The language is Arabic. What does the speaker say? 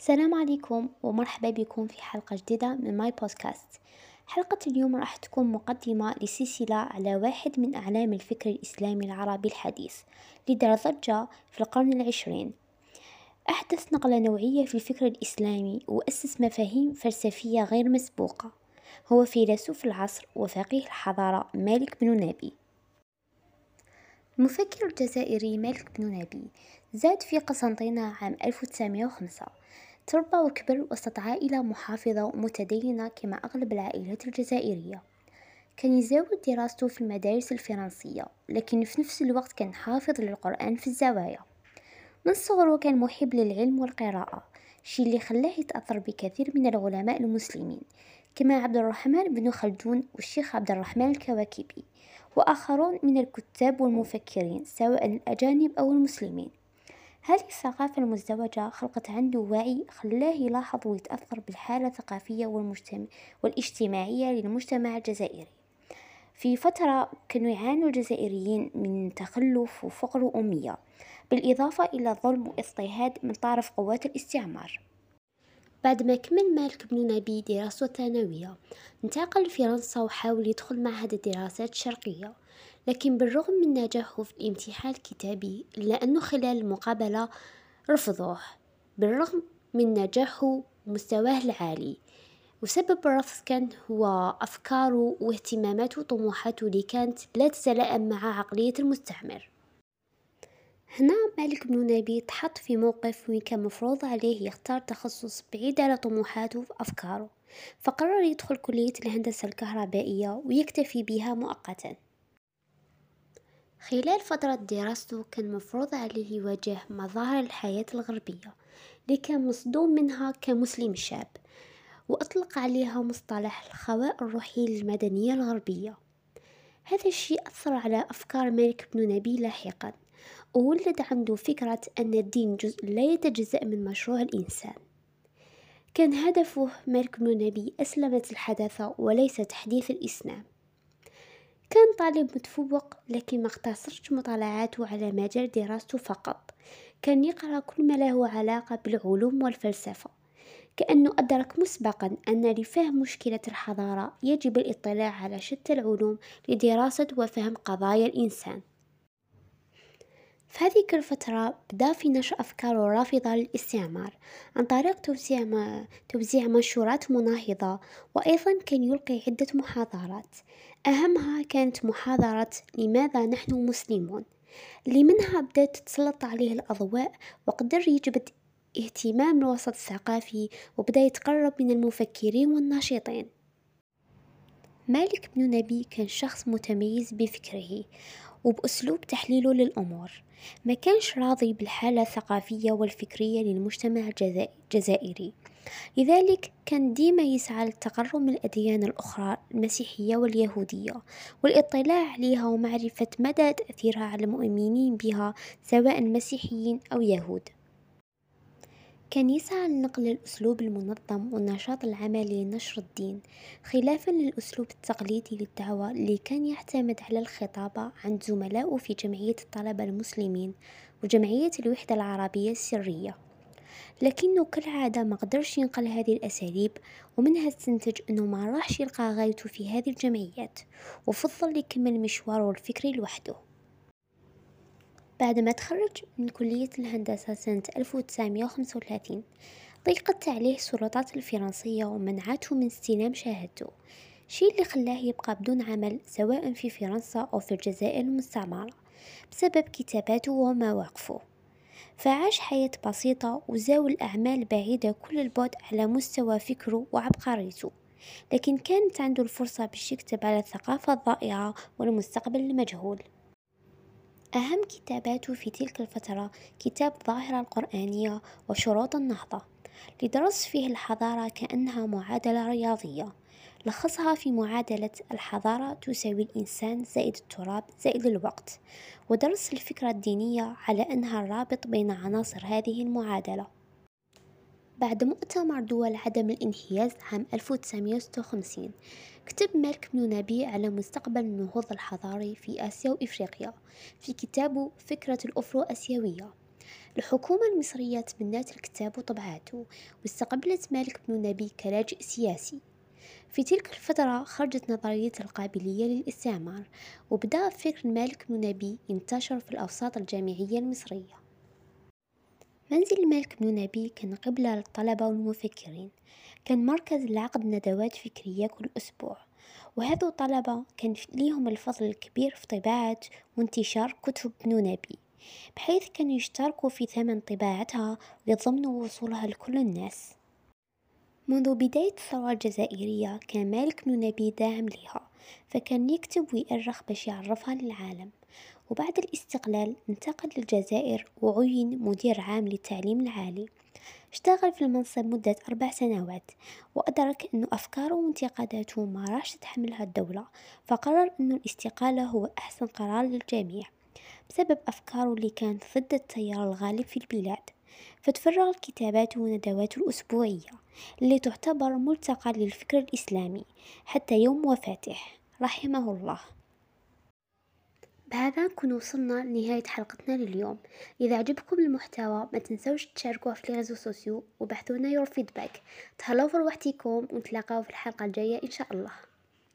السلام عليكم ومرحبا بكم في حلقة جديدة من ماي بودكاست. حلقة اليوم راح تكون مقدمة لسلسلة على واحد من أعلام الفكر الإسلامي العربي الحديث اللي دار ضجة في القرن العشرين. أحدث نقلة نوعية في الفكر الإسلامي وأسس مفاهيم فلسفية غير مسبوقة. هو فيلسوف العصر وفقيه الحضارة مالك بن نبي. المفكر الجزائري مالك بن نبي زاد في قسنطينة عام 1905. تربى وكبر وسط عائلة محافظة ومتدينة كما أغلب العائلات الجزائرية. كان يزاول دراسته في المدارس الفرنسية، لكن في نفس الوقت كان حافظ للقرآن في الزوايا. من صغره كان محب للعلم والقراءة، الشيء اللي خلاه يتأثر بكثير من العلماء المسلمين كما عبد الرحمن بن خلدون والشيخ عبد الرحمن الكواكبي وآخرون من الكتاب والمفكرين سواء الأجانب أو المسلمين. هذه الثقافة المزدوجة خلقت عنده وعي خلاه يلاحظ ويتأثر بالحالة الثقافية والاجتماعية للمجتمع الجزائري. في فترة كانوا يعانوا الجزائريين من تخلف وفقر وأمية، بالإضافة إلى الظلم والاضطهاد من طرف قوات الاستعمار. بعد ما كمل مالك بن نبي دراسته الثانوية انتقل لفرنسا وحاول يدخل معهد الدراسات الشرقية، لكن بالرغم من نجاحه في الامتحان الكتابي إلا أنه خلال المقابلة رفضوه بالرغم من نجاحه ومستواه العالي. وسبب الرفض كان هو أفكاره واهتماماته وطموحاته اللي كانت لا تتلائم مع عقلية المستعمر. هنا مالك بن نبي تحط في موقف وين كان مفروض عليه يختار تخصص بعيد على طموحاته وأفكاره، فقرر يدخل كلية الهندسة الكهربائية ويكتفي بها مؤقتا. خلال فترة دراسته كان مفروض عليه يواجه مظاهر الحياة الغربية اللي كان مصدوم منها كمسلم شاب، وأطلق عليها مصطلح الخواء الروحي للمدنية الغربية. هذا الشيء أثر على أفكار مالك بن نبي لاحقا، وولد عنده فكرة أن الدين جزء لا يتجزأ من مشروع الإنسان. كان هدفه مالك بن نبي أسلمة الحداثة وليس تحديث الإسلام. كان طالب متفوق، لكن ما اقتصرش مطالعاته على مجال دراسته فقط، كان يقرأ كل ما له علاقة بالعلوم والفلسفة، كأنه أدرك مسبقا أن لفهم مشكلة الحضارة يجب الاطلاع على شتى العلوم لدراسة وفهم قضايا الإنسان. في هذه الفترة بدأ في نشر أفكاره الرافضة للاستعمار عن طريق توزيع منشورات مناهضة، وأيضا كان يلقي عدة محاضرات، أهمها كانت محاضرة لماذا نحن مسلمون، اللي منها بدأت تتسلط عليه الأضواء وقدر يجبد اهتمام الوسط الثقافي وبدأ يتقرب من المفكرين والناشطين. مالك بن نبي كان شخص متميز بفكره وبأسلوب تحليله للأمور، ما كانش راضي بالحالة الثقافية والفكرية للمجتمع الجزائري، لذلك كان ديما يسعى للتقرب من الأديان الأخرى المسيحية واليهودية والاطلاع عليها ومعرفة مدى تأثيرها على المؤمنين بها سواء مسيحيين أو يهود. كان يسعى لنقل الأسلوب المنظم والنشاط العملي لنشر الدين، خلافا للأسلوب التقليدي للدعوة اللي كان يعتمد على الخطابة عند زملائه في جمعية الطلبة المسلمين وجمعية الوحدة العربية السرية. لكنه كالعادة ما قدرش ينقل هذه الأساليب، ومنها استنتج أنه ما راحش يلقى غايته في هذه الجمعيات، وفضل يكمل مشواره الفكري لوحده. بعد ما تخرج من كلية الهندسة سنة 1935 ضيقت عليه السلطات الفرنسية ومنعته من استلام شهادته، شيء اللي خلاه يبقى بدون عمل سواء في فرنسا أو في الجزائر المستعمرة بسبب كتاباته ومواقفه. فعاش حياة بسيطة وزاول أعمال بعيدة كل البعد على مستوى فكره وعبقريته، لكن كانت عنده الفرصة باش يكتب على الثقافة الضائعة والمستقبل المجهول. أهم كتاباته في تلك الفترة كتاب الظاهرة القرآنية وشروط النهضة، لدرس فيه الحضارة كأنها معادلة رياضية، لخصها في معادلة الحضارة تساوي الإنسان زائد التراب زائد الوقت، ودرس الفكرة الدينية على أنها الرابط بين عناصر هذه المعادلة. بعد مؤتمر دول عدم الانحياز عام 1956 كتب مالك بن نبي على مستقبل النهوض الحضاري في آسيا وإفريقيا في كتابه فكرة الأفرو آسيوية، الحكومة المصرية تبنت الكتاب وطبعته، واستقبلت مالك بن نبي كلاجئ سياسي. في تلك الفترة خرجت نظرية القابلية للاستعمار، وبدأ فكر مالك بن نبي ينتشر في الأوساط الجامعية المصرية. منزل الملك بن نبي كان قبلة للطلبة والمفكرين، كان مركز لعقد ندوات فكرية كل أسبوع، وهذو الطلبة كان ليهم الفضل الكبير في طباعة وانتشار كتب ابن نبي، بحيث كانوا يشتركوا في ثمن طباعتها ويضمنوا وصولها لكل الناس. منذ بداية الثورة الجزائرية كان مالك بن نبي داعم لها، فكان يكتب ويؤرخ باش يعرفها للعالم. وبعد الاستقلال انتقل للجزائر وعين مدير عام للتعليم العالي. اشتغل في المنصب مدة 4 سنوات، وأدرك أن أفكاره وانتقاداته ما راش تحملها الدولة، فقرر أن الاستقالة هو أحسن قرار للجميع بسبب أفكاره اللي كانت ضد التيار الغالب في البلاد. فتفرغ لكتاباته وندواته الأسبوعية اللي تعتبر ملتقى للفكر الإسلامي حتى يوم وفاته رحمه الله. بهذا نكون وصلنا لنهاية حلقتنا لليوم. إذا عجبكم المحتوى ما تنسوش تشاركوه في الريزو سوسيو وبحثونا يور فيدباك. تهلاو في وقتكم ونتلاقاو في الحلقة الجاية إن شاء الله.